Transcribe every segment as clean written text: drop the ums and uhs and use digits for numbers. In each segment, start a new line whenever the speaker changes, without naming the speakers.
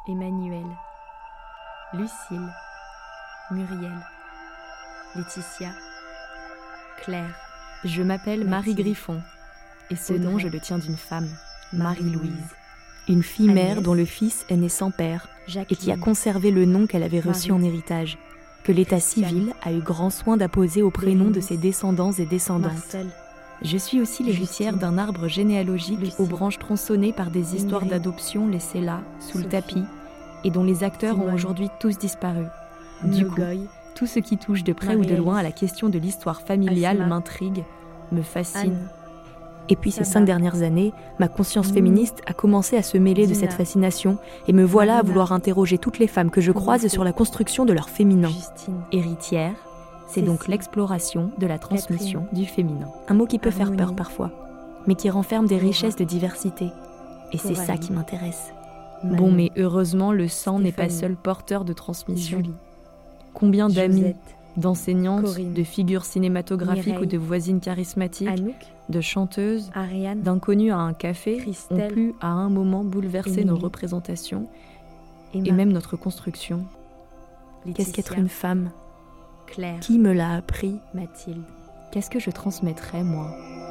Emmanuel, Lucille, Muriel, Laetitia, Claire. Je m'appelle Marie Griffon et ce nom je le tiens d'une femme, Marie-Louise. Une fille mère dont le fils est né sans père et qui a conservé le nom qu'elle avait reçu en héritage, que l'état civil a eu grand soin d'apposer au prénom de ses descendants et descendantes. Je suis aussi l'héritière d'un arbre généalogique aux branches tronçonnées par des histoires d'adoption laissées là, sous le tapis, et dont les acteurs ont aujourd'hui tous disparu. Du coup, tout ce qui touche de près ou de loin à la question de l'histoire familiale m'intrigue, me fascine. Et puis ces 5 dernières années, ma conscience féministe a commencé à se mêler de cette fascination et me voilà à vouloir interroger toutes les femmes que je croise sur la construction de leur féminin. Héritière, c'est donc l'exploration de la transmission du féminin. Un mot qui peut faire peur parfois, mais qui renferme des richesses de diversité. Et c'est ça qui m'intéresse. Bon, mais heureusement, le sang n'est pas seul porteur de transmission. Combien d'amis, d'enseignantes, de figures cinématographiques ou de voisines charismatiques, de chanteuses, d'inconnus à un café, ont pu à un moment bouleverser nos représentations et même notre construction. Qu'est-ce qu'être une femme ?
Claire.
Qui me l'a appris ?
Mathilde.
Qu'est-ce que je transmettrais, moi ?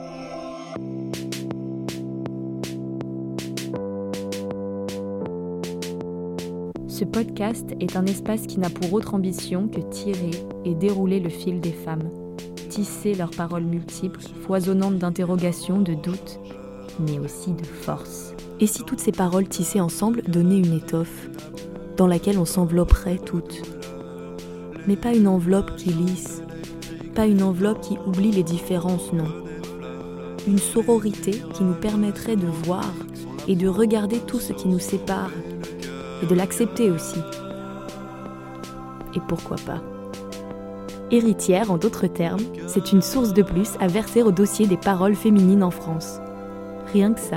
Ce podcast est un espace qui n'a pour autre ambition que tirer et dérouler le fil des femmes, tisser leurs paroles multiples, foisonnantes d'interrogations, de doutes, mais aussi de force. Et si toutes ces paroles tissées ensemble donnaient une étoffe, dans laquelle on s'envelopperait toutes ? Mais pas une enveloppe qui lisse, pas une enveloppe qui oublie les différences, non. Une sororité qui nous permettrait de voir et de regarder tout ce qui nous sépare, et de l'accepter aussi. Et pourquoi pas ? Héritière, en d'autres termes, c'est une source de plus à verser au dossier des paroles féminines en France. Rien que ça.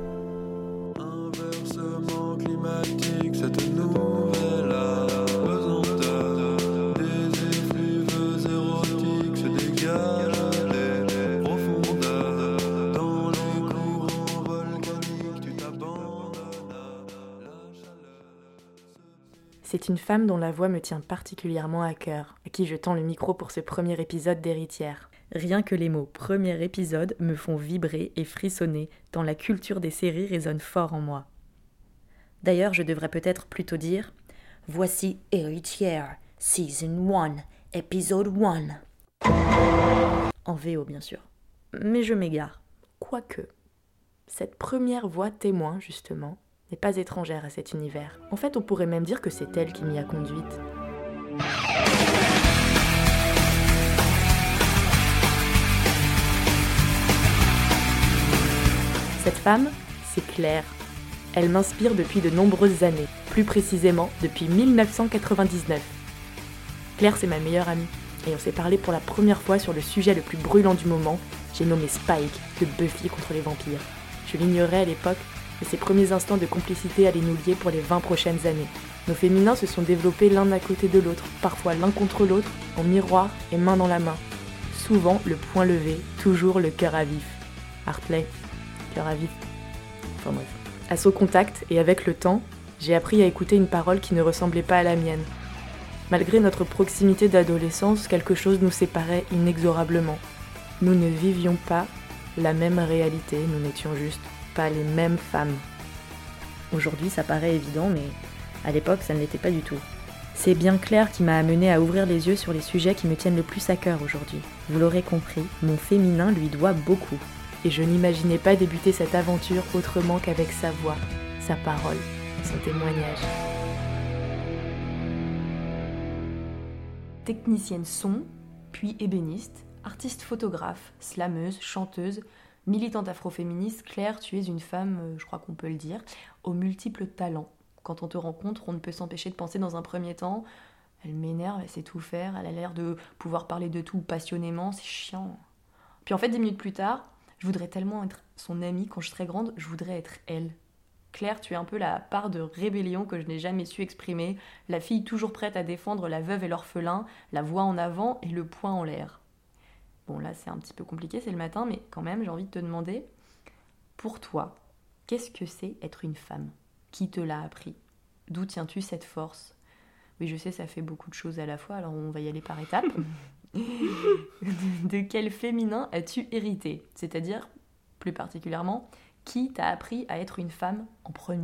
Inversement climatique, cette nouvelle apesanteur des effluves érotiques se dégage les profondeurs. Dans les courants volcaniques, tu t'abandonnes à la chaleur.
C'est une femme dont la voix me tient particulièrement à cœur, à qui je tends le micro pour ce premier épisode d'Héritière. Rien que les mots « premier épisode » me font vibrer et frissonner, tant la culture des séries résonne fort en moi. D'ailleurs, je devrais peut-être plutôt dire « Voici Héritière, Season 1, Épisode 1 ». En VO, bien sûr. Mais je m'égare. Quoique, cette première voix témoin, justement, n'est pas étrangère à cet univers. En fait, on pourrait même dire que c'est elle qui m'y a conduite. Cette femme, c'est Claire. Elle m'inspire depuis de nombreuses années, plus précisément depuis 1999. Claire, c'est ma meilleure amie, et on s'est parlé pour la première fois sur le sujet le plus brûlant du moment, j'ai nommé Spike de Buffy contre les vampires. Je l'ignorais à l'époque, mais ces premiers instants de complicité allaient nous lier pour les 20 prochaines années. Nos féminins se sont développés l'un à côté de l'autre, parfois l'un contre l'autre, en miroir et main dans la main. Souvent le poing levé, toujours le cœur à vif. Hartley, cœur à vif. Enfin bref. À son contact et avec le temps, j'ai appris à écouter une parole qui ne ressemblait pas à la mienne. Malgré notre proximité d'adolescence, quelque chose nous séparait inexorablement. Nous ne vivions pas la même réalité, nous n'étions juste pas les mêmes femmes. Aujourd'hui, ça paraît évident, mais à l'époque, ça ne l'était pas du tout. C'est bien Claire qui m'a amenée à ouvrir les yeux sur les sujets qui me tiennent le plus à cœur aujourd'hui. Vous l'aurez compris, mon féminin lui doit beaucoup. Et je n'imaginais pas débuter cette aventure autrement qu'avec sa voix, sa parole, son témoignage. Technicienne son, puis ébéniste, artiste photographe, slameuse, chanteuse, militante afroféministe, Claire, tu es une femme, je crois qu'on peut le dire, aux multiples talents. Quand on te rencontre, on ne peut s'empêcher de penser dans un premier temps « Elle m'énerve, elle sait tout faire, elle a l'air de pouvoir parler de tout passionnément, c'est chiant. » Puis en fait, 10 minutes plus tard, je voudrais tellement être son amie quand je serai grande, je voudrais être elle. Claire, tu es un peu la part de rébellion que je n'ai jamais su exprimer, la fille toujours prête à défendre la veuve et l'orphelin, la voix en avant et le poing en l'air. Bon, là, c'est un petit peu compliqué, c'est le matin, mais quand même, j'ai envie de te demander, pour toi, qu'est-ce que c'est être une femme ? Qui te l'a appris ? D'où tiens-tu cette force ? Oui, je sais, ça fait beaucoup de choses à la fois, alors on va y aller par étapes. De quel féminin as-tu hérité ? C'est-à-dire, plus particulièrement, qui t'a appris à être une femme en premier ?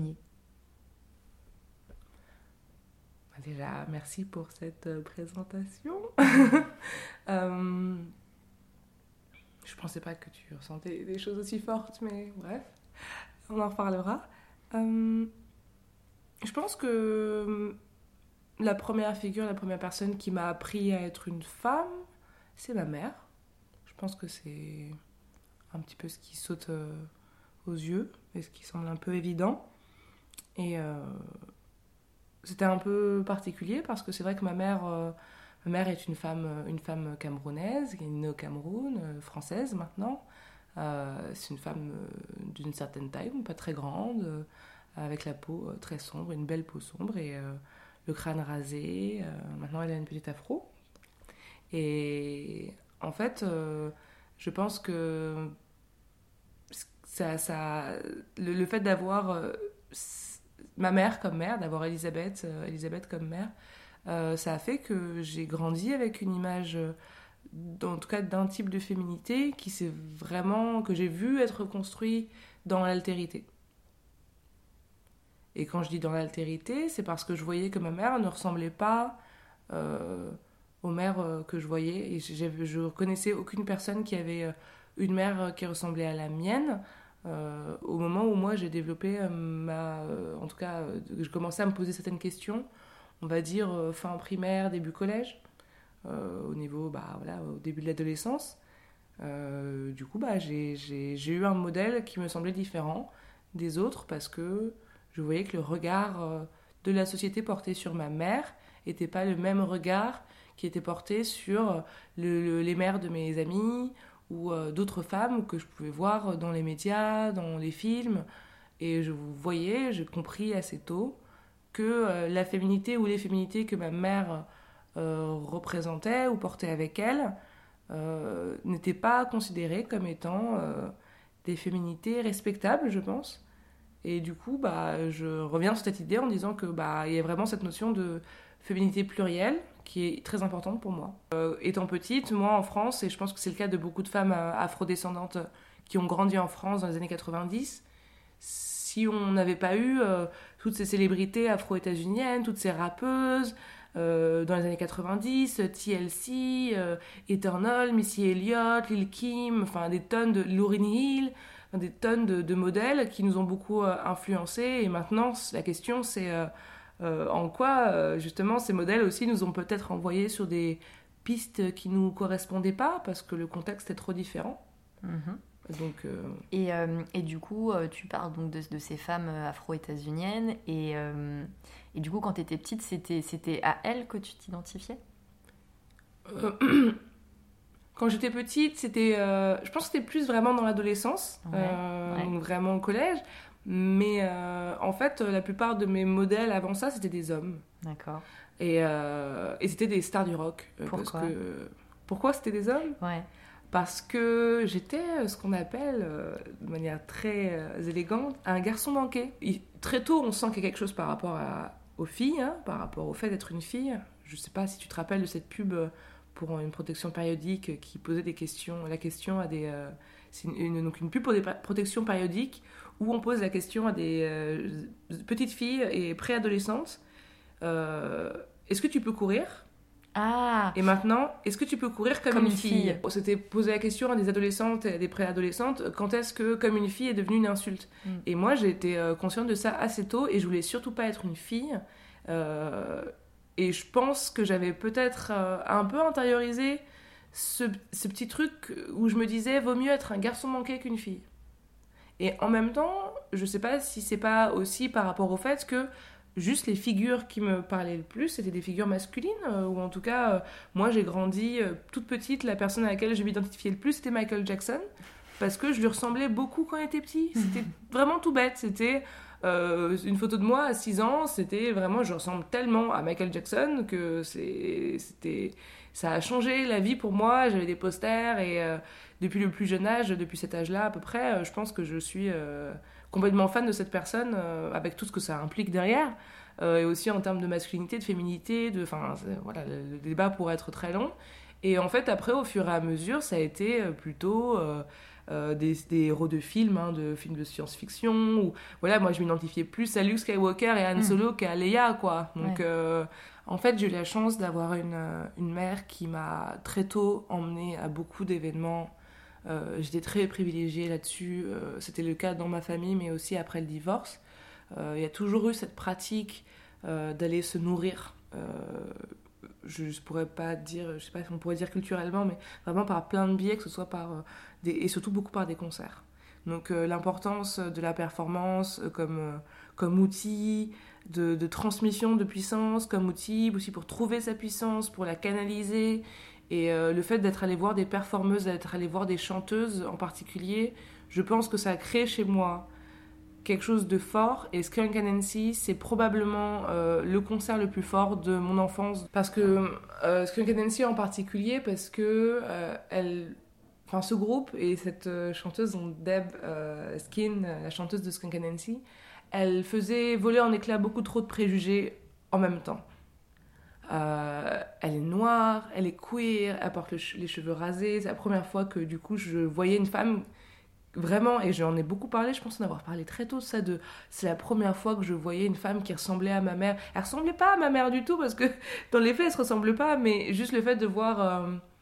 Déjà, merci pour cette présentation. Je pensais pas que tu ressentais des choses aussi fortes, mais bref, on en reparlera. Je pense que la première personne qui m'a appris à être une femme, c'est ma mère. Je pense que c'est un petit peu ce qui saute aux yeux et ce qui semble un peu évident. Et c'était un peu particulier parce que c'est vrai que ma mère est une femme camerounaise, qui est née au Cameroun, française maintenant. C'est une femme d'une certaine taille, pas très grande, avec la peau très sombre, une belle peau sombre et le crâne rasé. Maintenant, elle a une petite afro. Et en fait, je pense que le fait d'avoir ma mère comme mère, d'avoir Elisabeth comme mère, ça a fait que j'ai grandi avec une image, en tout cas d'un type de féminité que j'ai vu être construit dans l'altérité. Et quand je dis dans l'altérité, c'est parce que je voyais que ma mère ne ressemblait pas aux mères que je voyais. Et je ne connaissais aucune personne qui avait une mère qui ressemblait à la mienne. Au moment où moi j'ai développé en tout cas, je commençais à me poser certaines questions, on va dire fin primaire, début collège, au niveau, au début de l'adolescence. Du coup, j'ai eu un modèle qui me semblait différent des autres parce que je voyais que le regard de la société porté sur ma mère n'était pas le même regard qui était porté sur les mères de mes amis ou d'autres femmes que je pouvais voir dans les médias, dans les films. Et j'ai compris assez tôt que la féminité ou les féminités que ma mère représentait ou portait avec elle n'étaient pas considérées comme étant des féminités respectables, je pense. Et du coup, je reviens sur cette idée en disant que il y a vraiment cette notion de féminité plurielle qui est très importante pour moi. Étant petite, moi en France, et je pense que c'est le cas de beaucoup de femmes afrodescendantes qui ont grandi en France dans les années 90, si on n'avait pas eu toutes ces célébrités afro-états-uniennes, toutes ces rappeuses, dans les années 90, TLC, Eternal, Missy Elliott, Lil' Kim, enfin des tonnes de Lauryn Hill, des tonnes de modèles qui nous ont beaucoup influencés. Et maintenant, la question, c'est en quoi, justement, ces modèles aussi nous ont peut-être envoyés sur des pistes qui ne nous correspondaient pas, parce que le contexte est trop différent.
Mm-hmm.
Donc,
et du coup, tu parles donc de ces femmes afro-états-uniennes. Et du coup, quand tu étais petite, c'était à elles que tu t'identifiais ?
Quand j'étais petite, je pense que c'était plus vraiment dans l'adolescence, donc vraiment au collège. Mais en fait, la plupart de mes modèles avant ça, c'était des hommes.
D'accord.
Et c'était des stars du rock.
Pourquoi ?
Pourquoi c'était des hommes ?
Ouais.
Parce que j'étais ce qu'on appelle, de manière très élégante, un garçon manqué. Très tôt, on sent qu'il y a quelque chose par rapport aux filles, par rapport au fait d'être une fille. Je ne sais pas si tu te rappelles de cette pub pour une protection périodique qui posait la question à des... c'est une pub pour des protections périodiques où on pose la question à des petites filles et préadolescentes. Est-ce que tu peux courir ?
Ah.
Et maintenant, est-ce que tu peux courir comme une fille ? On s'était posé la question à des adolescentes et à des préadolescentes, quand est-ce que comme une fille est devenue une insulte ? Et moi, j'ai été consciente de ça assez tôt et je voulais surtout pas être une fille. Et je pense que j'avais peut-être un peu intériorisé ce petit truc où je me disais, vaut mieux être un garçon manqué qu'une fille. Et en même temps, je sais pas si c'est pas aussi par rapport au fait que juste les figures qui me parlaient le plus, c'était des figures masculines, ou en tout cas, moi j'ai grandi toute petite, la personne à laquelle je m'identifiais le plus, c'était Michael Jackson, parce que je lui ressemblais beaucoup quand il était petit. C'était vraiment tout bête, c'était une photo de moi à 6 ans, c'était vraiment, je ressemble tellement à Michael Jackson que ça a changé la vie pour moi. J'avais des posters et depuis le plus jeune âge, depuis cet âge-là à peu près, je pense que je suis complètement fan de cette personne, avec tout ce que ça implique derrière, et aussi en termes de masculinité, de féminité, voilà, le débat pourrait être très long. Et en fait, après, au fur et à mesure, ça a été plutôt des héros de films de science-fiction. Où, voilà, moi, je m'identifiais plus à Luke Skywalker et Han Solo qu'à Leia, quoi. Donc, en fait, j'ai eu la chance d'avoir une mère qui m'a très tôt emmenée à beaucoup d'événements. J'étais très privilégiée là-dessus. C'était le cas dans ma famille, mais aussi après le divorce. Il y a toujours eu cette pratique d'aller se nourrir. Je ne pourrais pas dire, je sais pas si on pourrait dire culturellement, mais vraiment par plein de biais, que ce soit et surtout beaucoup par des concerts. Donc l'importance de la performance comme outil de transmission de puissance, comme outil aussi pour trouver sa puissance, pour la canaliser. Et le fait d'être allé voir des performeuses, d'être allé voir des chanteuses en particulier, je pense que ça a créé chez moi quelque chose de fort. Et Skunk Anansie, c'est probablement le concert le plus fort de mon enfance. Parce que Skunk Anansie en particulier, parce que ce groupe et cette chanteuse, Deb Skin, la chanteuse de Skunk Anansie, elle faisait voler en éclats beaucoup trop de préjugés en même temps. Elle est noire, elle est queer, elle porte les cheveux rasés. C'est la première fois que du coup je voyais une femme vraiment, et j'en ai beaucoup parlé, je pense en avoir parlé très tôt, c'est la première fois que je voyais une femme qui ressemblait à ma mère. Elle ressemblait pas à ma mère du tout, parce que dans les faits elle se ressemble pas, mais juste le fait de voir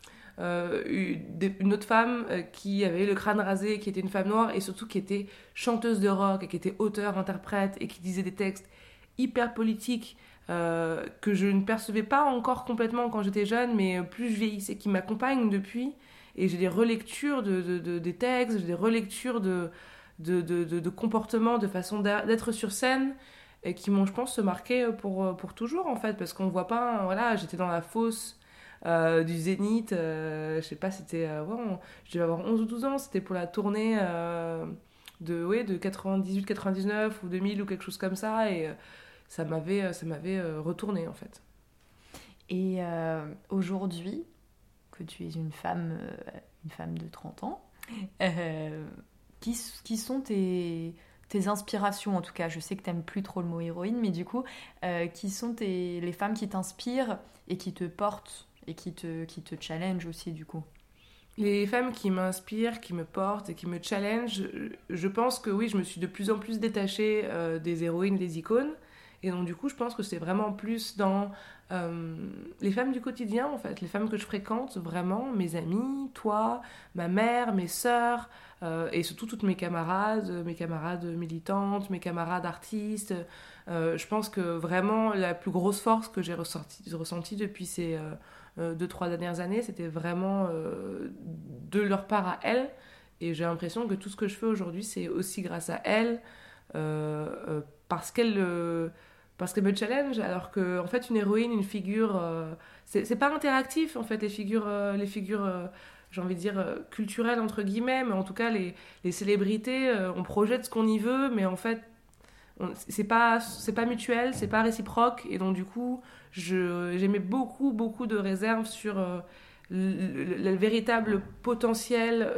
une autre femme qui avait le crâne rasé, qui était une femme noire, et surtout qui était chanteuse de rock, et qui était auteure, interprète, et qui disait des textes hyper politiques, que je ne percevais pas encore complètement quand j'étais jeune, mais plus je vieillissais, qui m'accompagnent depuis. Et j'ai des relectures des textes, j'ai des relectures de comportements, de façon d'être sur scène, et qui m'ont, je pense, se marquer pour toujours, en fait, parce qu'on ne voit pas, voilà, j'étais dans la fosse du Zénith, je sais pas, c'était, je devais avoir 11 ou 12 ans, c'était pour la tournée de 98, 99 ou 2000 ou quelque chose comme ça, et ça m'avait retourné, en fait.
Et aujourd'hui, que tu es une femme de 30 ans, qui sont tes inspirations, en tout cas? Je sais que tu n'aimes plus trop le mot héroïne, mais du coup, qui sont les femmes qui t'inspirent et qui te portent et qui te challenge aussi, du coup?
Les femmes qui m'inspirent, qui me portent et qui me challengent, je pense que oui, je me suis de plus en plus détachée des héroïnes, des icônes. Et donc, du coup, je pense que c'est vraiment plus dans les femmes du quotidien, en fait. Les femmes que je fréquente, vraiment, mes amies, toi, ma mère, mes sœurs, et surtout toutes mes camarades militantes, mes camarades artistes. Je pense que vraiment, la plus grosse force que j'ai ressentie depuis ces 2-3 dernières années, c'était vraiment de leur part à elles. Et j'ai l'impression que tout ce que je fais aujourd'hui, c'est aussi grâce à elles, parce qu'elle me challenge, alors que en fait une héroïne, une figure, c'est pas interactif en fait, les figures j'ai envie de dire culturelles entre guillemets, mais en tout cas les célébrités, on projette ce qu'on y veut, mais en fait c'est pas mutuel, c'est pas réciproque, et donc du coup j'aimais beaucoup de réserves sur le véritable potentiel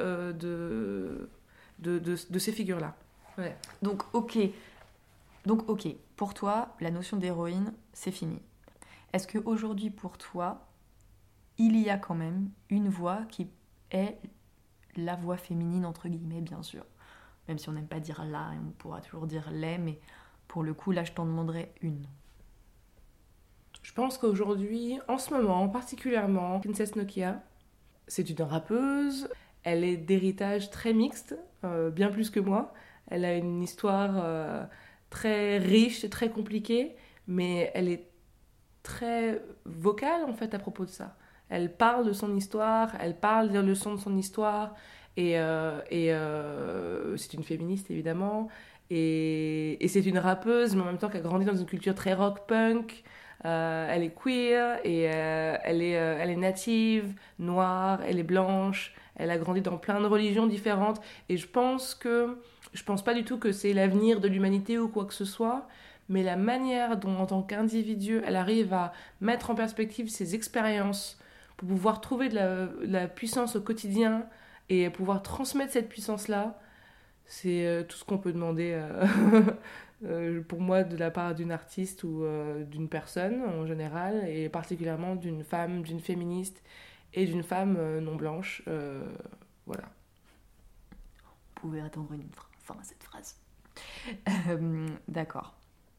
de ces figures là. Ouais.
Donc ok, pour toi, la notion d'héroïne, c'est fini. Est-ce qu'aujourd'hui, pour toi, il y a quand même une voix qui est la voix féminine, entre guillemets, bien sûr. Même si on n'aime pas dire la, et on pourra toujours dire les, mais pour le coup, là, je t'en demanderai une.
Je pense qu'aujourd'hui, en ce moment, particulièrement, Princess Nokia, c'est une rappeuse. Elle est d'héritage très mixte, bien plus que moi. Elle a une histoire très riche, très compliquée, mais elle est très vocale en fait à propos de ça. Elle parle de son histoire, elle parle des leçons de son histoire, et c'est une féministe évidemment, et c'est une rappeuse, mais en même temps qu'elle a grandi dans une culture très rock-punk. Elle est queer, et elle est native, noire, elle est blanche, elle a grandi dans plein de religions différentes, et je pense pas du tout que c'est l'avenir de l'humanité ou quoi que ce soit, mais la manière dont, en tant qu'individu, elle arrive à mettre en perspective ses expériences pour pouvoir trouver de la puissance au quotidien et pouvoir transmettre cette puissance-là, C'est tout ce qu'on peut demander pour moi de la part d'une artiste ou d'une personne en général, et particulièrement d'une femme, d'une féministe et d'une femme non blanche. Voilà.
Vous pouvez attendre une fin à cette phrase. D'accord.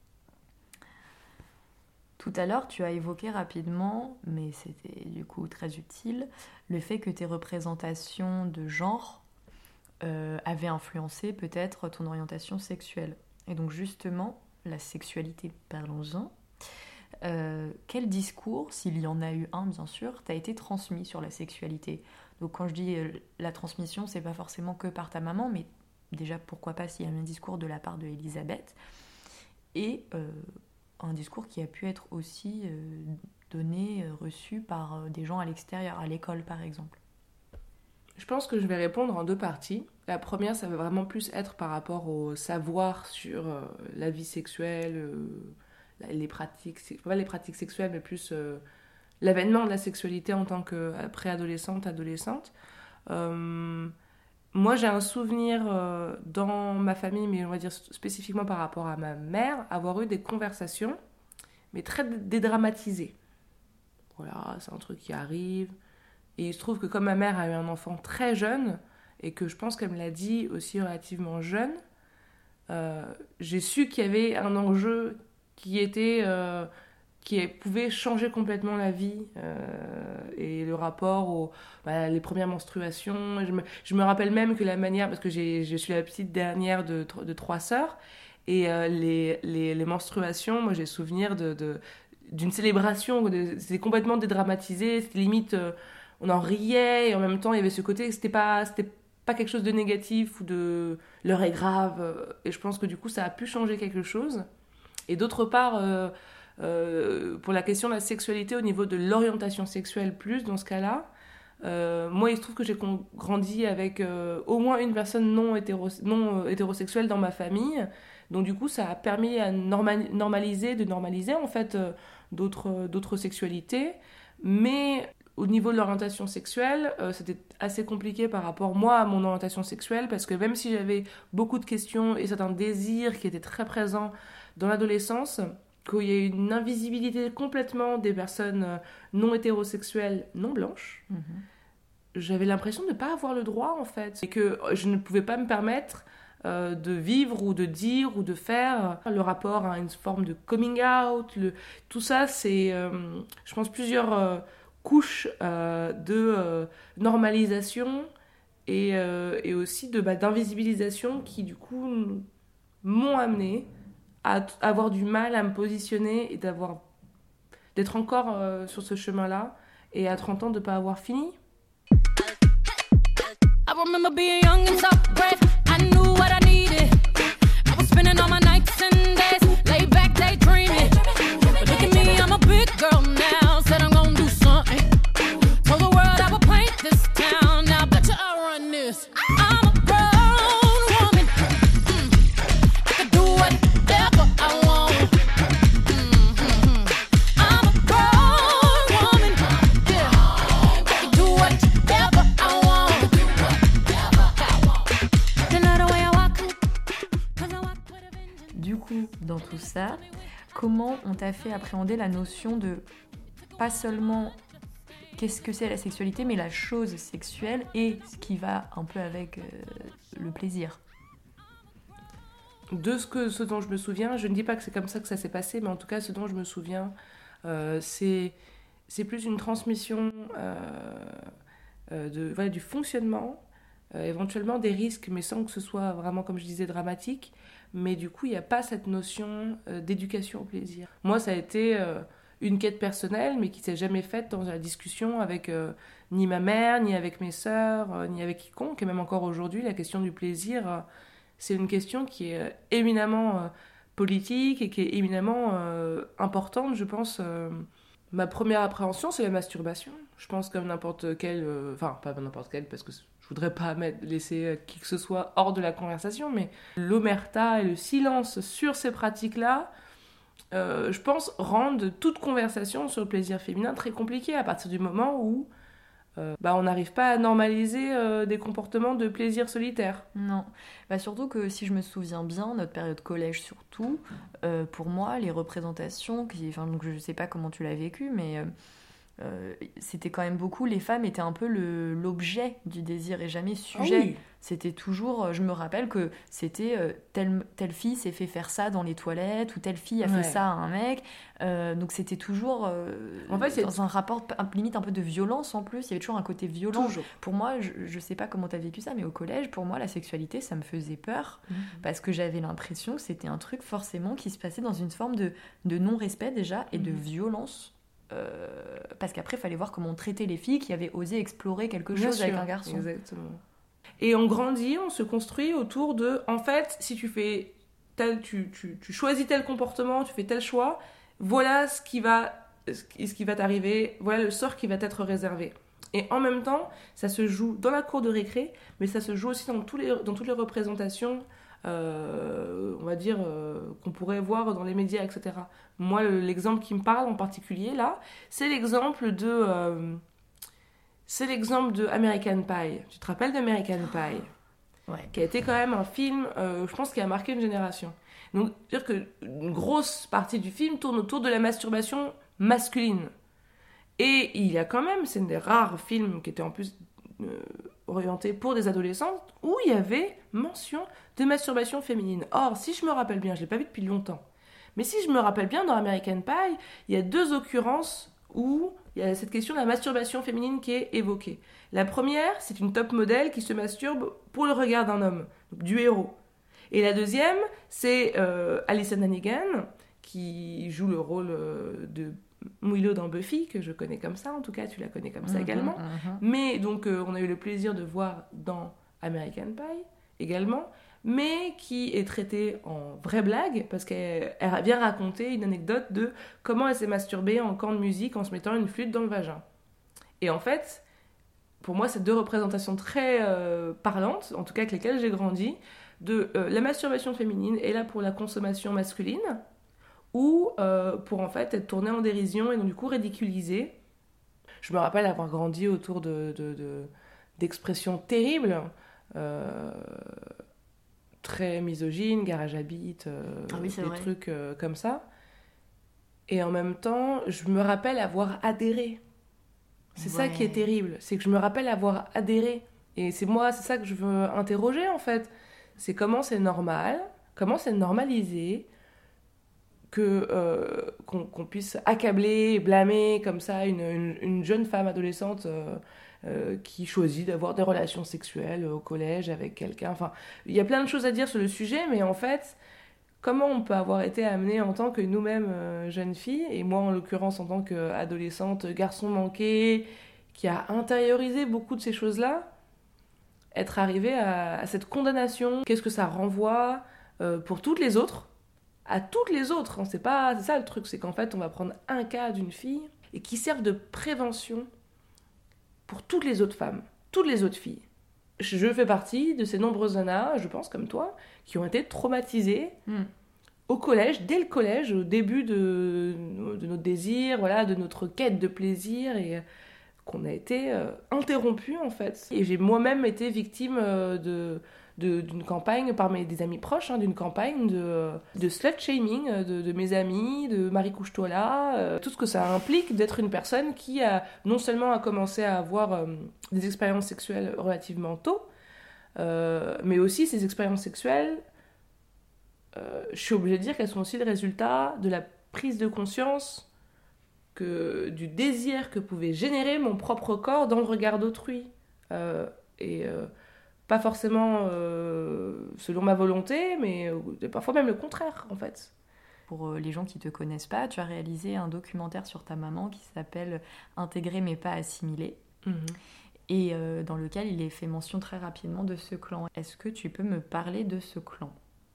Tout à l'heure, tu as évoqué rapidement, mais c'était du coup très utile, le fait que tes représentations de genre avaient influencé peut-être ton orientation sexuelle. Et donc justement, la sexualité, parlons-en. Quel discours, s'il y en a eu un bien sûr, t'a été transmis sur la sexualité? Donc quand je dis la transmission, c'est pas forcément que par ta maman, mais déjà pourquoi pas s'il y a un discours de la part de Elisabeth, et un discours qui a pu être aussi donné, reçu par des gens à l'extérieur, à l'école par exemple.
Je pense que je vais répondre en deux parties. La première, ça va vraiment plus être par rapport au savoir sur la vie sexuelle, les pratiques, pas les pratiques sexuelles, mais plus l'avènement de la sexualité en tant que préadolescente, adolescente. Moi, j'ai un souvenir dans ma famille, mais on va dire spécifiquement par rapport à ma mère, avoir eu des conversations, mais très dédramatisées. Voilà, c'est un truc qui arrive. Et il se trouve que comme ma mère a eu un enfant très jeune, et que je pense qu'elle me l'a dit aussi relativement jeune, j'ai su qu'il y avait un enjeu qui pouvait changer complètement la vie et le rapport aux les premières menstruations. Je me rappelle même que la manière, parce que je suis la petite dernière de 3 sœurs, et les menstruations, moi j'ai souvenir d'une célébration, c'était complètement dédramatisé, c'était limite, on en riait, et en même temps il y avait ce côté que c'était pas quelque chose de négatif ou de l'heure est grave, et je pense que du coup ça a pu changer quelque chose. Et d'autre part, pour la question de la sexualité au niveau de l'orientation sexuelle plus dans ce cas-là, moi il se trouve que j'ai grandi avec au moins une personne non hétérosexuelle dans ma famille, donc du coup ça a permis à normaliser en fait d'autres sexualités, mais au niveau de l'orientation sexuelle, c'était assez compliqué par rapport, moi, à mon orientation sexuelle, parce que même si j'avais beaucoup de questions et certains désirs qui étaient très présents dans l'adolescence, qu'il y a une invisibilité complètement des personnes non hétérosexuelles, non blanches, j'avais l'impression de ne pas avoir le droit, en fait. Et que je ne pouvais pas me permettre de vivre ou de dire ou de faire le rapport à une forme de coming out. Tout ça, c'est, je pense, plusieurs couches de normalisation et aussi d'invisibilisation qui, du coup, m'ont amené à avoir du mal à me positionner et d'être encore sur ce chemin-là, et à 30 ans de ne pas avoir fini.
I remember being young and so brave. I knew what I needed. I was spending all my nights and days laid back daydreaming. But look at me, I'm a big girl now. Said I'm gonna do something. Told the world I would paint this town. Now I bet you I'll run this. I'm a grown woman. I can do whatever I want. I'm a grown woman. Yeah. I can do whatever I want.
Du coup, dans tout ça, comment on t'a fait appréhender la notion de pas seulement qu'est-ce que c'est la sexualité, mais la chose sexuelle et ce qui va un peu avec le plaisir?
De ce dont je me souviens, je ne dis pas que c'est comme ça que ça s'est passé, mais en tout cas, ce dont je me souviens, c'est plus une transmission du fonctionnement, éventuellement des risques, mais sans que ce soit vraiment, comme je disais, dramatique. Mais du coup, il n'y a pas cette notion d'éducation au plaisir. Moi, ça a été une quête personnelle, mais qui ne s'est jamais faite dans la discussion avec ni ma mère, ni avec mes sœurs, ni avec quiconque. Et même encore aujourd'hui, la question du plaisir, c'est une question qui est éminemment politique et qui est éminemment importante, je pense. Ma première appréhension, c'est la masturbation. Je pense comme n'importe quelle... Enfin, pas n'importe quelle, parce que je voudrais pas laisser qui que ce soit hors de la conversation, mais l'omerta et le silence sur ces pratiques-là, je pense, rendent toute conversation sur le plaisir féminin très compliquée à partir du moment où on n'arrive pas à normaliser des comportements de plaisir solitaire.
Non. Surtout que si je me souviens bien, notre période collège surtout, pour moi, les représentations, donc je ne sais pas comment tu l'as vécu, mais c'était quand même beaucoup, les femmes étaient un peu l'objet du désir et jamais sujet.
Ah oui.
C'était toujours, je me rappelle que c'était telle fille s'est fait faire ça dans les toilettes, ou telle fille a fait ça à un mec. Donc c'était toujours
En fait,
dans un rapport limite un peu de violence en plus. Il y avait toujours un côté violent.
Toujours.
Pour moi, je sais pas comment t'as vécu ça, mais au collège, pour moi, la sexualité, ça me faisait peur. Parce que j'avais l'impression que c'était un truc forcément qui se passait dans une forme de non-respect déjà et de violence. Parce qu'après, il fallait voir comment on traitait les filles qui avaient osé explorer quelque
Bien
chose
sûr,
avec un garçon.
Exactement. Et on grandit, on se construit autour de... En fait, si tu fais tu choisis tel comportement, tu fais tel choix, voilà ce qui va t'arriver, voilà le sort qui va t'être réservé. Et en même temps, ça se joue dans la cour de récré, mais ça se joue aussi dans toutes les représentations, on va dire, qu'on pourrait voir dans les médias, etc. Moi, l'exemple qui me parle en particulier, là, c'est l'exemple de American Pie. Tu te rappelles d'American Pie ?
Ouais.
Qui a été quand même un film, je pense, qui a marqué une génération. Donc, c'est-à-dire qu'une grosse partie du film tourne autour de la masturbation masculine. Et il y a quand même, c'est un des rares films qui était en plus orienté pour des adolescentes, où il y avait mention de masturbation féminine. Or, si je me rappelle bien, je ne l'ai pas vu depuis longtemps, mais si je me rappelle bien, dans American Pie, il y a 2 occurrences où il y a cette question de la masturbation féminine qui est évoquée. La première, c'est une top modèle qui se masturbe pour le regard d'un homme, du héros. Et la deuxième, c'est Alyson Hannigan, qui joue le rôle de Willow dans Buffy, que je connais comme ça, en tout cas, tu la connais comme ça également. Mais donc, on a eu le plaisir de voir dans American Pie également, mais qui est traitée en vraie blague, parce qu'elle vient raconter une anecdote de comment elle s'est masturbée en camp de musique en se mettant une flûte dans le vagin. Et en fait, pour moi, c'est 2 représentations très parlantes, en tout cas avec lesquelles j'ai grandi, de la masturbation féminine est là pour la consommation masculine, ou pour en fait être tournée en dérision et donc du coup ridiculisée. Je me rappelle avoir grandi autour d'expressions terribles, très misogynes, garage à beat, des
vrai.
trucs comme ça. Et en même temps, je me rappelle avoir adhéré. C'est ça qui est terrible, c'est que je me rappelle avoir adhéré. Et c'est ça que je veux interroger en fait. C'est comment c'est normal, comment c'est normalisé qu'on puisse accabler et blâmer comme ça une jeune femme adolescente qui choisit d'avoir des relations sexuelles au collège avec quelqu'un. Enfin, il y a plein de choses à dire sur le sujet, mais en fait, comment on peut avoir été amené en tant que nous-mêmes jeunes filles, et moi en l'occurrence en tant qu'adolescente, garçon manqué, qui a intériorisé beaucoup de ces choses-là, être arrivé à cette condamnation. Qu'est-ce que ça renvoie pour toutes les autres, à toutes les autres, hein, c'est ça le truc, c'est qu'en fait on va prendre un cas d'une fille et qui serve de prévention pour toutes les autres femmes, toutes les autres filles. Je fais partie de ces nombreuses nanas, je pense comme toi, qui ont été traumatisées au collège, dès le collège, au début de notre désir, voilà, de notre quête de plaisir, et qu'on a été interrompu en fait. Et j'ai moi-même été victime d'une campagne par des amis proches, d'une campagne de slut-shaming de mes amis, de Marie couche-toi là, tout ce que ça implique d'être une personne qui a non seulement a commencé à avoir des expériences sexuelles relativement tôt, mais aussi ces expériences sexuelles, je suis obligée de dire qu'elles sont aussi le résultat de la prise de conscience du désir que pouvait générer mon propre corps dans le regard d'autrui. Pas forcément selon ma volonté, mais parfois même le contraire, en fait.
Pour les gens qui ne te connaissent pas, tu as réalisé un documentaire sur ta maman qui s'appelle « Intégrer mais pas assimiler ». Et dans lequel il est fait mention très rapidement de ce clan. Est-ce que tu peux me parler de ce clan ?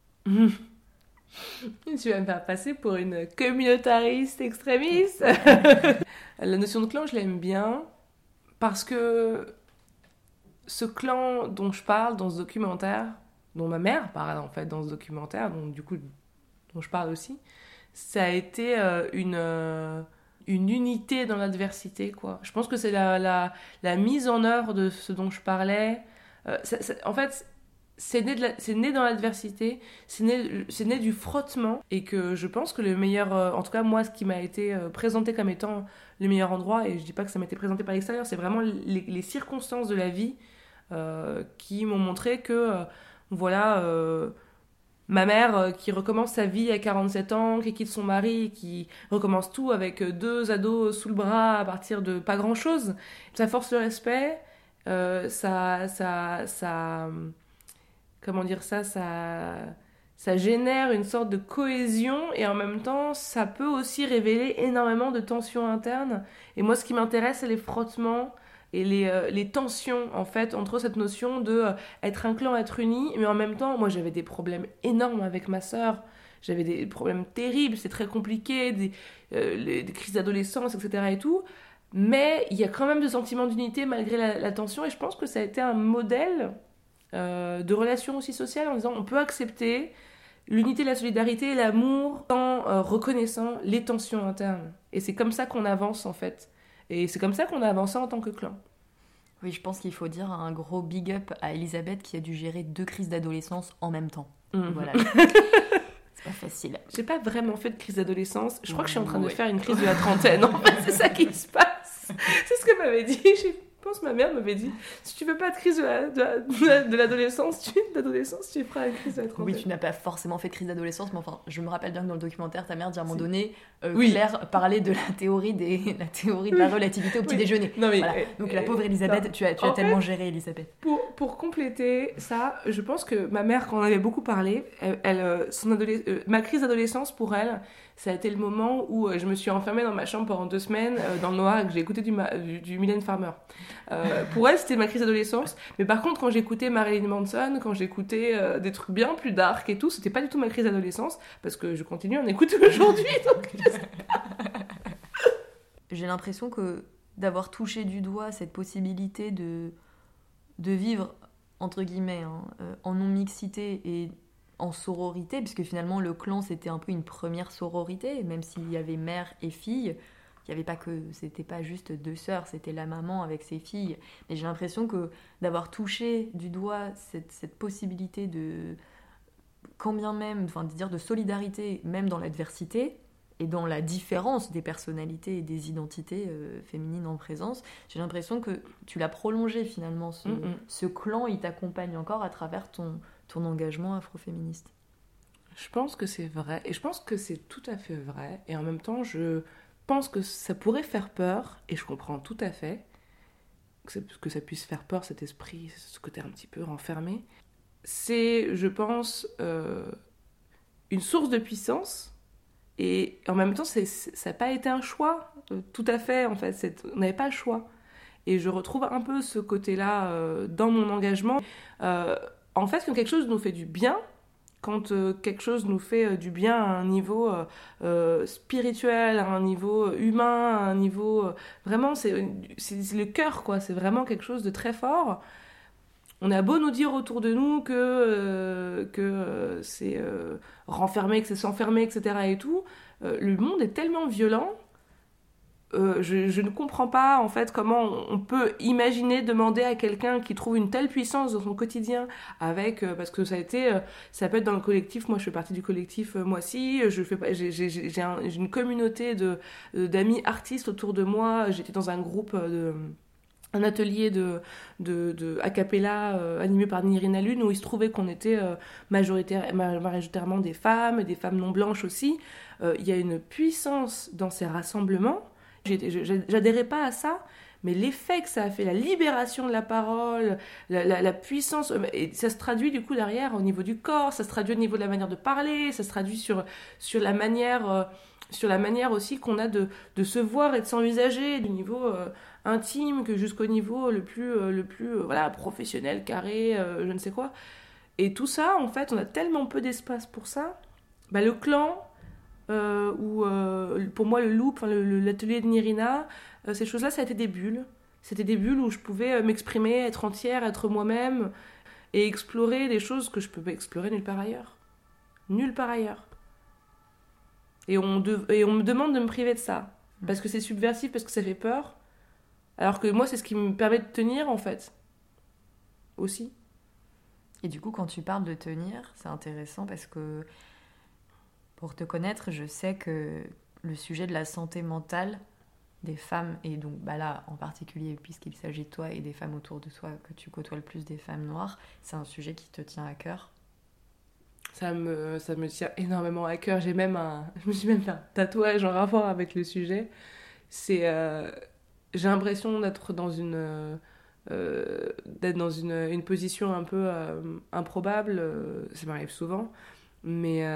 Tu vas me faire passer pour une communautariste extrémiste. La notion de clan, je l'aime bien parce que ce clan dont je parle dans ce documentaire, dont ma mère parle en fait dans ce documentaire, dont je parle aussi, ça a été une une unité dans l'adversité, quoi. Je pense que c'est la mise en œuvre de ce dont je parlais. En fait, c'est né dans l'adversité, c'est né du frottement, et que je pense que le meilleur, en tout cas moi, ce qui m'a été présenté comme étant le meilleur endroit, et je dis pas que ça m'était présenté par l'extérieur, c'est vraiment les circonstances de la vie qui m'ont montré que, voilà, ma mère qui recommence sa vie à 47 ans, qui quitte son mari, qui recommence tout avec 2 ados sous le bras à partir de pas grand-chose, ça force le respect, comment dire ça génère une sorte de cohésion, et en même temps ça peut aussi révéler énormément de tensions internes. Et moi, ce qui m'intéresse, c'est les frottements et les tensions, en fait, entre cette notion de être un clan, être uni, mais en même temps, moi j'avais des problèmes énormes avec ma sœur, j'avais des problèmes terribles, c'est très compliqué, des crises d'adolescence, etc. et tout. Mais il y a quand même des sentiments d'unité malgré la tension, et je pense que ça a été un modèle de relations aussi sociales, en disant on peut accepter l'unité, la solidarité et l'amour en reconnaissant les tensions internes. Et c'est comme ça qu'on avance, en fait. Et c'est comme ça qu'on a avancé en tant que clan.
Oui, je pense qu'il faut dire un gros big up à Elisabeth qui a dû gérer 2 crises d'adolescence en même temps. Voilà. C'est pas facile.
J'ai pas vraiment fait de crise d'adolescence. Je crois que je suis en train de faire une crise de la trentaine. En fait, c'est ça qui se passe. C'est ce que m'avait dit. Je pense que ma mère m'avait dit, si tu veux pas de crise de l'adolescence, tu feras une crise de la trentaine.
Oui, tu n'as pas forcément fait de crise d'adolescence, mais enfin, je me rappelle bien que dans le documentaire, ta mère dit à un moment donné,
oui.
Claire parlait de la théorie de la relativité au petit déjeuner.
Non, mais,
voilà. Donc la pauvre Elisabeth, tu as tellement géré, Elisabeth.
Pour compléter ça, je pense que ma mère, quand on avait beaucoup parlé, ma crise d'adolescence pour elle, ça a été le moment où je me suis enfermée dans ma chambre pendant 2 semaines dans le noir et que j'ai écouté du Mylène Farmer. Pour elle, c'était ma crise d'adolescence. Mais par contre, quand j'écoutais Marilyn Manson, quand j'écoutais des trucs bien plus dark et tout, c'était pas du tout ma crise d'adolescence, parce que je continue à en écouter aujourd'hui. Donc je sais pas.
J'ai l'impression que d'avoir touché du doigt cette possibilité de vivre, entre guillemets, en non-mixité et en sororité, puisque finalement le clan c'était un peu une première sororité, même s'il y avait mère et fille, il y avait pas que, c'était pas juste 2 sœurs, c'était la maman avec ses filles. Mais j'ai l'impression que d'avoir touché du doigt cette possibilité de, quand bien même, enfin de dire de solidarité, même dans l'adversité et dans la différence des personnalités et des identités féminines en présence, j'ai l'impression que tu l'as prolongé finalement, ce clan, il t'accompagne encore à travers ton engagement afroféministe.
Je pense que c'est vrai, et je pense que c'est tout à fait vrai, et en même temps je pense que ça pourrait faire peur, et je comprends tout à fait que ça puisse faire peur, cet esprit, ce côté un petit peu renfermé. C'est, je pense, une source de puissance, et en même temps ça n'a pas été un choix, tout à fait, en fait, on n'avait pas le choix. Et je retrouve un peu ce côté-là dans mon engagement. En fait, quand quelque chose nous fait du bien, quand quelque chose nous fait du bien à un niveau spirituel, à un niveau humain, à un niveau... vraiment, c'est le cœur, quoi. C'est vraiment quelque chose de très fort. On a beau nous dire autour de nous que c'est renfermé, que c'est s'enfermer, etc. et tout. Le monde est tellement violent. Je ne comprends pas en fait comment on peut imaginer demander à quelqu'un qui trouve une telle puissance dans son quotidien parce que ça peut être dans le collectif. Moi je fais partie du collectif Moissy, j'ai une communauté d'amis artistes autour de moi. J'étais dans un groupe un atelier de a cappella animé par Nirina Lune, où il se trouvait qu'on était majoritairement des femmes non blanches aussi. Il y a une puissance dans ces rassemblements. J'adhérais pas à ça, mais l'effet que ça a fait, la libération de la parole, la puissance, et ça se traduit du coup derrière au niveau du corps, ça se traduit au niveau de la manière de parler, ça se traduit sur la manière aussi qu'on a de se voir et de s'envisager, du niveau intime que jusqu'au niveau le plus voilà, professionnel, carré, je ne sais quoi. Et tout ça, en fait, on a tellement peu d'espace pour ça. Le clan... pour moi le loop, l'atelier de Nirina, ces choses-là, ça a été des bulles. C'était des bulles où je pouvais m'exprimer, être entière, être moi-même et explorer des choses que je peux explorer nulle part ailleurs. Nulle part ailleurs. Et on me demande de me priver de ça. Parce que c'est subversif, parce que ça fait peur. Alors que moi, c'est ce qui me permet de tenir, en fait. Aussi.
Et du coup, quand tu parles de tenir, c'est intéressant parce que pour te connaître, je sais que le sujet de la santé mentale des femmes, et donc là en particulier puisqu'il s'agit de toi et des femmes autour de toi que tu côtoies le plus, des femmes noires, c'est un sujet qui te tient à cœur.
Ça me tient énormément à cœur. Je me suis même fait un tatouage en rapport avec le sujet. J'ai l'impression d'être dans une position un peu improbable. Ça m'arrive souvent. Mais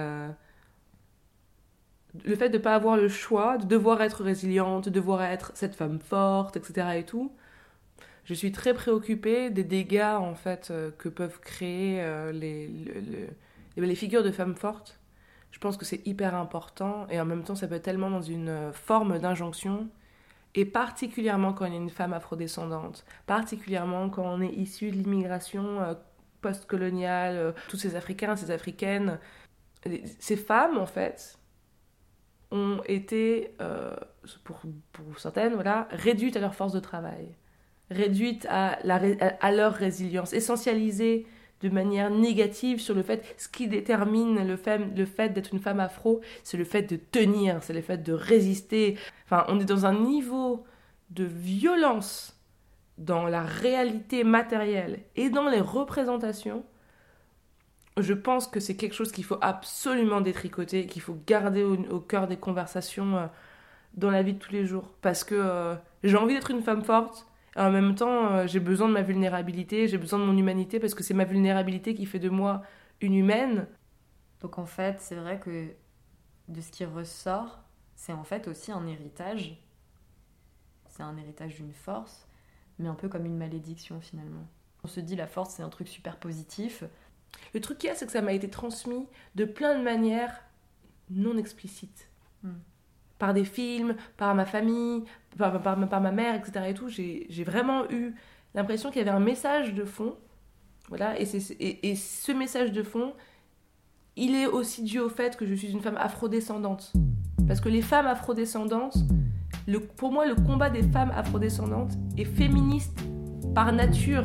le fait de ne pas avoir le choix, de devoir être résiliente, de devoir être cette femme forte, etc. et tout, je suis très préoccupée des dégâts en fait que peuvent créer les figures de femmes fortes. Je pense que c'est hyper important et en même temps ça peut être tellement dans une forme d'injonction, et particulièrement quand on est une femme afrodescendante, particulièrement quand on est issu de l'immigration post-coloniale, tous ces Africains, ces Africaines. Ces femmes en fait ont été, pour certaines, réduites à leur force de travail, réduites à leur résilience, essentialisées de manière négative sur le fait, ce qui détermine le fait d'être une femme afro, c'est le fait de tenir, c'est le fait de résister. Enfin, on est dans un niveau de violence dans la réalité matérielle et dans les représentations. Je pense que c'est quelque chose qu'il faut absolument détricoter, qu'il faut garder au cœur des conversations dans la vie de tous les jours. Parce que j'ai envie d'être une femme forte, et en même temps, j'ai besoin de ma vulnérabilité, j'ai besoin de mon humanité, parce que c'est ma vulnérabilité qui fait de moi une humaine.
Donc en fait, c'est vrai que de ce qui ressort, c'est en fait aussi un héritage. C'est un héritage d'une force, mais un peu comme une malédiction finalement. On se dit la force, c'est un truc super positif.
Le truc qu'il y a, c'est que ça m'a été transmis de plein de manières non explicites. Par des films, par ma famille, par ma mère, etc. Et tout. J'ai vraiment eu l'impression qu'il y avait un message de fond. Voilà, et ce message de fond, il est aussi dû au fait que je suis une femme afrodescendante. Parce que les femmes afrodescendantes, pour moi, le combat des femmes afrodescendantes est féministe par nature.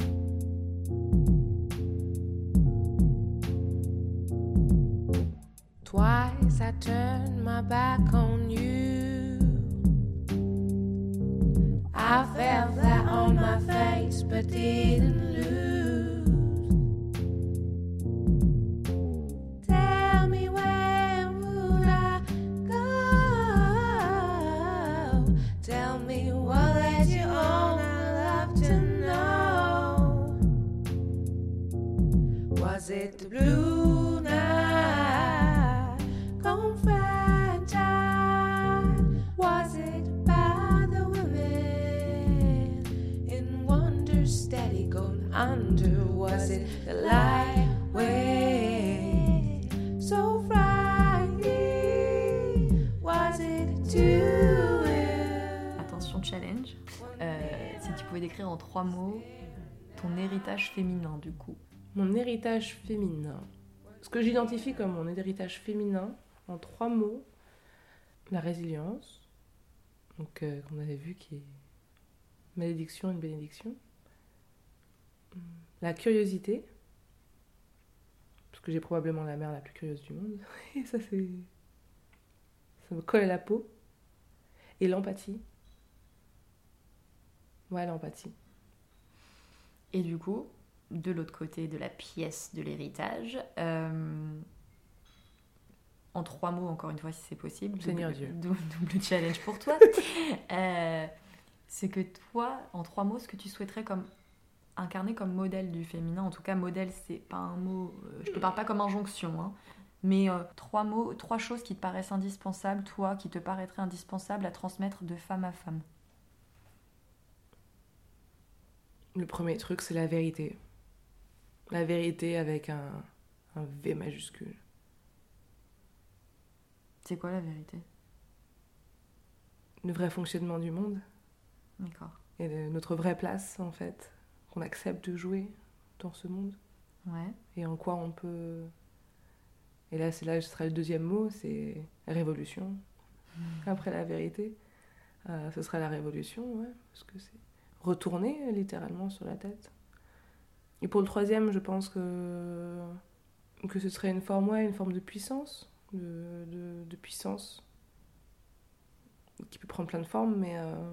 Twice I turned my back on you. I fell flat on my face but didn't lose. Tell me where would I go? Tell me what led you on, I'd love to know. Was it the blue night? Was it by the women in wonder steady going under? Was it the light way so frightening? Was it too ill?
Attention challenge. Si tu pouvais décrire en 3 mots ton héritage féminin du coup.
Mon héritage féminin. Ce que j'identifie comme mon héritage féminin, en 3 mots: la résilience, donc qu'on avait vu qui est malédiction, une bénédiction. La curiosité, parce que j'ai probablement la mère la plus curieuse du monde, et ça me colle à la peau. Et l'empathie. Ouais, l'empathie.
Et du coup, de l'autre côté de la pièce de l'héritage, en 3 mots, encore une fois, si c'est possible.
Seigneur Dieu.
Double challenge pour toi. C'est que toi, en 3 mots, ce que tu souhaiterais incarner comme modèle du féminin, en tout cas, modèle, c'est pas un mot, je te parle pas comme injonction, hein, mais 3 mots, 3 choses qui te paraissent indispensables, toi, qui te paraîtraient indispensables à transmettre de femme à femme.
Le premier truc, c'est la vérité. La vérité avec un V majuscule.
C'est quoi la vérité ?
Le vrai fonctionnement du monde.
D'accord.
Et notre vraie place, en fait, qu'on accepte de jouer dans ce monde.
Ouais.
Et en quoi on peut... Et là, ce sera le deuxième mot, c'est révolution. après la vérité. Ce sera la révolution, ouais, parce que c'est retourner littéralement sur la tête. Et pour le troisième, je pense que ce serait une forme de puissance, de puissance, qui peut prendre plein de formes, mais...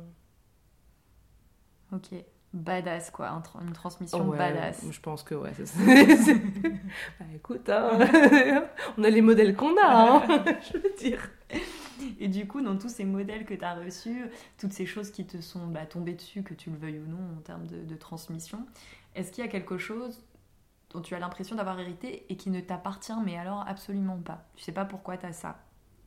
Ok, badass quoi, une transmission
ouais,
badass.
Je pense que ouais, Bah, écoute, hein, on a les modèles qu'on a, hein, je veux dire.
Et du coup, dans tous ces modèles que tu as reçus, toutes ces choses qui te sont tombées dessus, que tu le veuilles ou non en termes de transmission, est-ce qu'il y a quelque chose dont tu as l'impression d'avoir hérité et qui ne t'appartient mais alors absolument pas? Tu sais pas pourquoi tu as ça?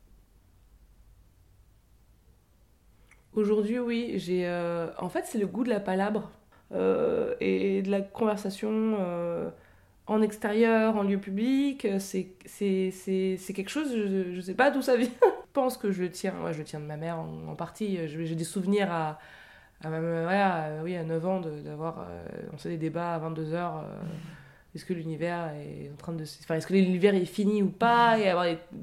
Aujourd'hui, oui, en fait, c'est le goût de la palabre et de la conversation en extérieur, en lieu public. C'est quelque chose, je sais pas d'où ça vient. Je pense que je le tiens de ma mère en partie. J'ai des souvenirs à 9 ans d'avoir lancé des débats à 22h. Est-ce que l'univers est en train de... Enfin, est-ce que l'univers est fini ou pas? Et avoir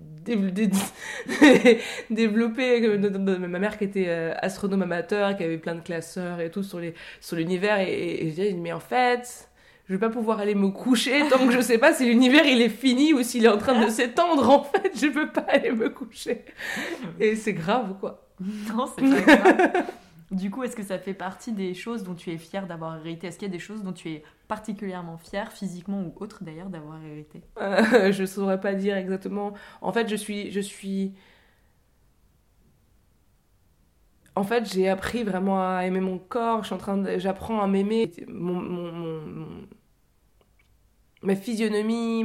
développé ma mère qui était astronome amateur, qui avait plein de classeurs et tout sur l'univers. Et je disais, mais en fait, je vais pas pouvoir aller me coucher tant que je sais pas si l'univers il est fini ou s'il est en train de s'étendre. En fait, je peux pas aller me coucher. Et c'est grave, quoi.
Non, c'est pas grave. Du coup, est-ce que ça fait partie des choses dont tu es fière d'avoir hérité? Est-ce qu'il y a des choses dont tu es particulièrement fière, physiquement ou autre d'ailleurs, d'avoir hérité?
Je saurais pas dire exactement. En fait, je suis... En fait, j'ai appris vraiment à aimer mon corps. J'apprends à m'aimer. Ma physionomie,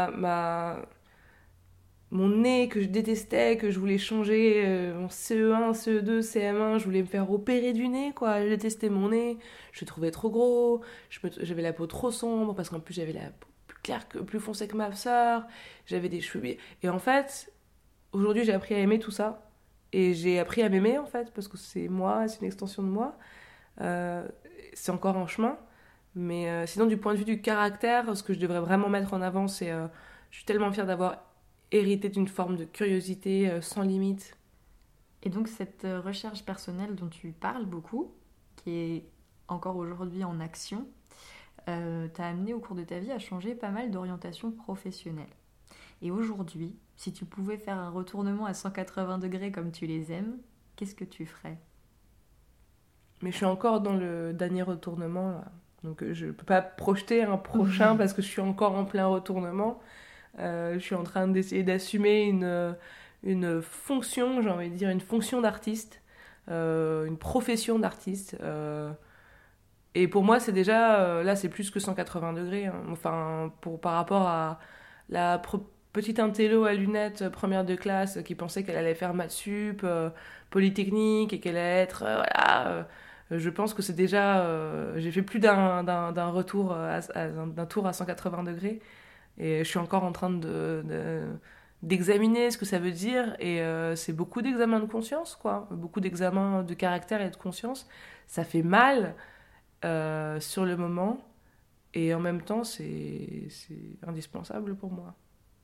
mon nez que je détestais, que je voulais changer en CE1, CE2, CM1, je voulais me faire opérer du nez, quoi. Je détestais mon nez, je le trouvais trop gros, j'avais la peau trop sombre, parce qu'en plus j'avais la peau plus claire, plus foncée que ma sœur, j'avais des cheveux... Et en fait, aujourd'hui j'ai appris à aimer tout ça, et j'ai appris à m'aimer en fait, parce que c'est moi, c'est une extension de moi. C'est encore en chemin, mais sinon du point de vue du caractère, ce que je devrais vraiment mettre en avant, c'est... je suis tellement fière d'avoir hérité d'une forme de curiosité sans limite.
Et donc cette recherche personnelle dont tu parles beaucoup, qui est encore aujourd'hui en action, t'a amené au cours de ta vie à changer pas mal d'orientation professionnelle. Et aujourd'hui, si tu pouvais faire un retournement à 180 degrés comme tu les aimes, qu'est-ce que tu ferais?
Mais je suis encore dans le dernier retournement, là. Donc je peux pas projeter un prochain parce que je suis encore en plein retournement. Je suis en train d'essayer d'assumer une fonction, j'ai envie de dire, une fonction d'artiste, une profession d'artiste. Et pour moi, c'est déjà, là, c'est plus que 180 degrés. Hein. Enfin, par rapport à la petite intello à lunettes, première de classe, qui pensait qu'elle allait faire maths sup, polytechnique, et qu'elle allait être, je pense que c'est déjà, j'ai fait plus d'un retour, d'un tour à 180 degrés. Et je suis encore en train d'examiner ce que ça veut dire. Et c'est beaucoup d'examens de conscience, quoi. Beaucoup d'examens de caractère et de conscience. Ça fait mal sur le moment. Et en même temps, c'est indispensable pour moi.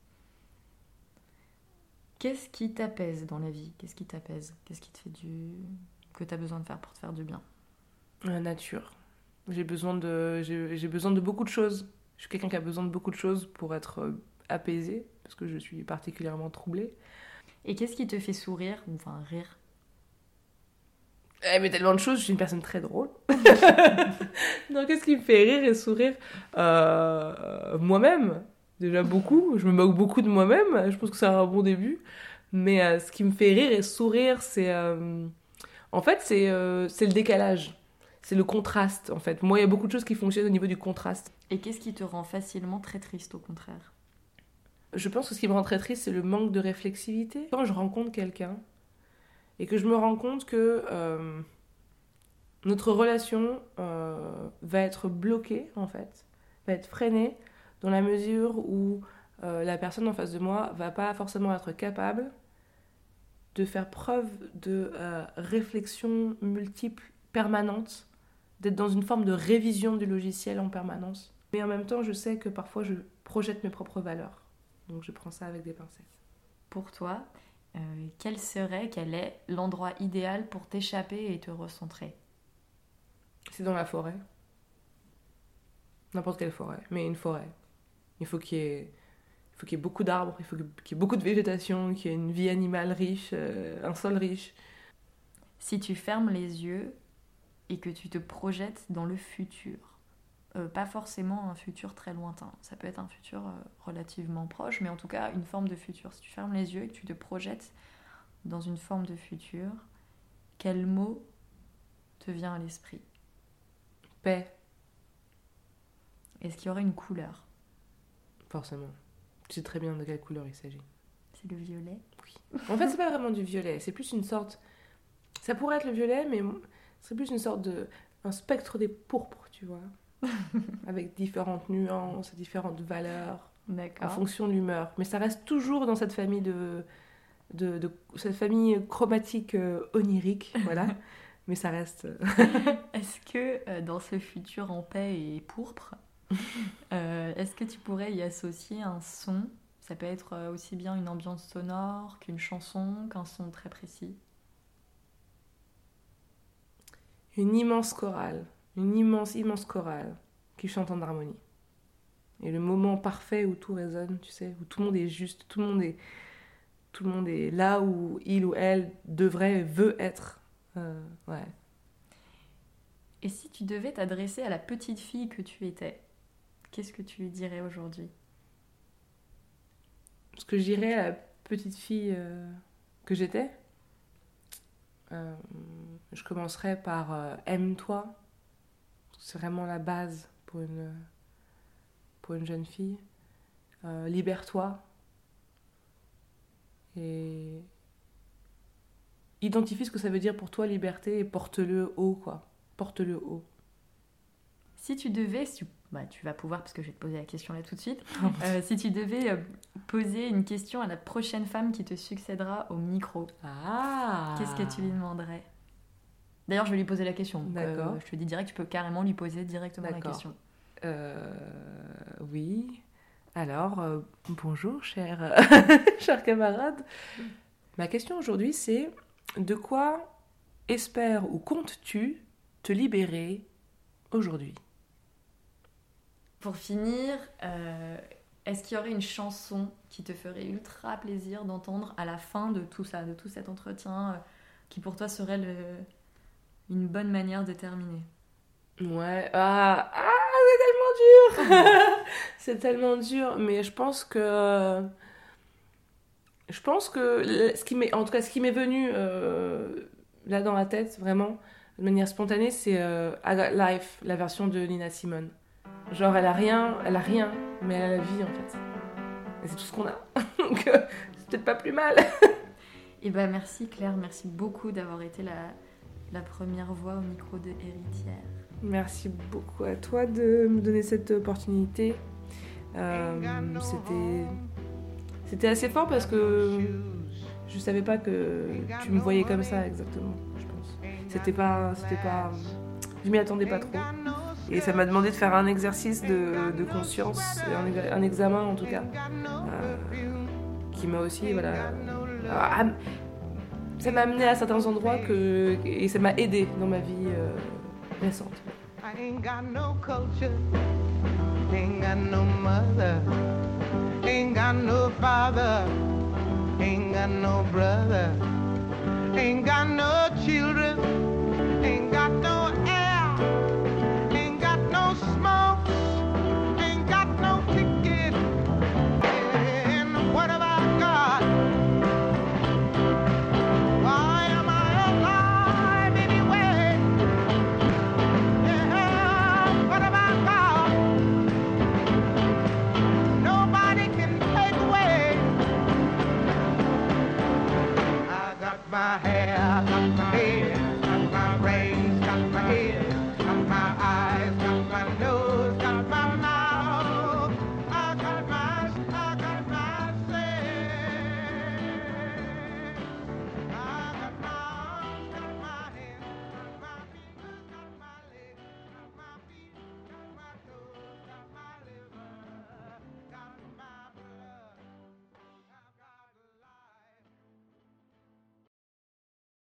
Qu'est-ce qui t'apaise dans la vie? Qu'est-ce qui t'apaise? Qu'est-ce qui te fait que tu as besoin de faire pour te faire du bien?
La nature. J'ai besoin de beaucoup de choses. Je suis quelqu'un qui a besoin de beaucoup de choses pour être apaisé, parce que je suis particulièrement troublée.
Et qu'est-ce qui te fait sourire, ou enfin rire?
Mais tellement de choses, je suis une personne très drôle. Donc qu'est-ce qui me fait rire et sourire? Moi-même, déjà beaucoup. Je me moque beaucoup de moi-même, je pense que c'est un bon début. Mais ce qui me fait rire et sourire, c'est... En fait, c'est le décalage. C'est le contraste, en fait. Moi, il y a beaucoup de choses qui fonctionnent au niveau du contraste.
Et qu'est-ce qui te rend facilement très triste, au contraire?
Je pense que ce qui me rend très triste, c'est le manque de réflexivité. Quand je rencontre quelqu'un et que je me rends compte que notre relation va être bloquée, en fait, va être freinée, dans la mesure où la personne en face de moi va pas forcément être capable de faire preuve de réflexion multiple, permanente, d'être dans une forme de révision du logiciel en permanence. Mais en même temps, je sais que parfois, je projette mes propres valeurs. Donc je prends ça avec des pincettes.
Pour toi, quel est l'endroit idéal pour t'échapper et te recentrer?
C'est dans la forêt. N'importe quelle forêt, mais une forêt. Il faut qu'il y ait beaucoup d'arbres, il faut qu'il y ait beaucoup de végétation, qu'il y ait une vie animale riche, un sol riche.
Si tu fermes les yeux et que tu te projettes dans le futur, pas forcément un futur très lointain, ça peut être un futur relativement proche, mais en tout cas une forme de futur. Si tu fermes les yeux et que tu te projettes dans une forme de futur, quel mot te vient à l'esprit?
Paix,
Est-ce qu'il y aurait une couleur?
forcément. Tu sais très bien de quelle couleur il s'agit.
C'est le violet?
En fait, c'est pas vraiment du violet, c'est plus une sorte... Ça pourrait être le violet, mais c'est plus une sorte de... un spectre des pourpres, tu vois. Avec différentes nuances, différentes valeurs, en
D'accord.
fonction de l'humeur. Mais ça reste toujours dans cette famille cette famille chromatique onirique, voilà. Mais ça reste...
Est-ce que dans ce futur en paix et pourpre, est-ce que tu pourrais y associer un son? Ça peut être aussi bien une ambiance sonore qu'une chanson, qu'un son très précis.
Une immense chorale, une immense chorale qui chante en harmonie. Et le moment parfait où tout résonne, tu sais, où tout le monde est juste, tout le monde est là où il ou elle veut être. Ouais.
Et si tu devais t'adresser à la petite fille que tu étais, qu'est-ce que tu lui dirais aujourd'hui?
Ce que je dirais à la petite fille que j'étais, je commencerai par aime-toi. C'est vraiment la base pour une jeune fille. Libère-toi. Et identifie ce que ça veut dire pour toi, liberté, et porte-le haut, quoi. Porte-le haut.
Si tu devais, tu vas pouvoir parce que je vais te poser la question là tout de suite, si tu devais poser une question à la prochaine femme qui te succédera au micro, qu'est-ce que tu lui demanderais? D'ailleurs, je vais lui poser la question. Donc,
D'accord.
je te dis direct, tu peux carrément lui poser directement la
D'accord.
question.
Oui. Alors, bonjour, cher camarade. Ma question aujourd'hui, c'est de quoi espères ou comptes-tu te libérer aujourd'hui?
Pour finir, est-ce qu'il y aurait une chanson qui te ferait ultra plaisir d'entendre à la fin de tout ça, de tout cet entretien, qui pour toi serait une bonne manière de terminer?
Ouais, c'est tellement dur. C'est tellement dur, mais je pense que ce qui m'est venu là dans la tête, vraiment, de manière spontanée, c'est I Got Life, la version de Nina Simone. Genre, elle a rien, mais elle a la vie, en fait. Et c'est tout ce qu'on a. Donc, c'est peut-être pas plus mal.
Eh ben merci Claire, merci beaucoup d'avoir été la première voix au micro de Héritière.
Merci beaucoup à toi de me donner cette opportunité. C'était assez fort parce que je savais pas que tu me voyais comme ça exactement, je pense. C'était pas, je m'y attendais pas trop. Et ça m'a demandé de faire un exercice de conscience, un examen en tout cas, qui m'a aussi, voilà, ça m'a amené à certains endroits et ça m'a aidé dans ma vie récente.
I ain't got no culture, ain't got no mother, ain't got no father, ain't got no brother, ain't got no children.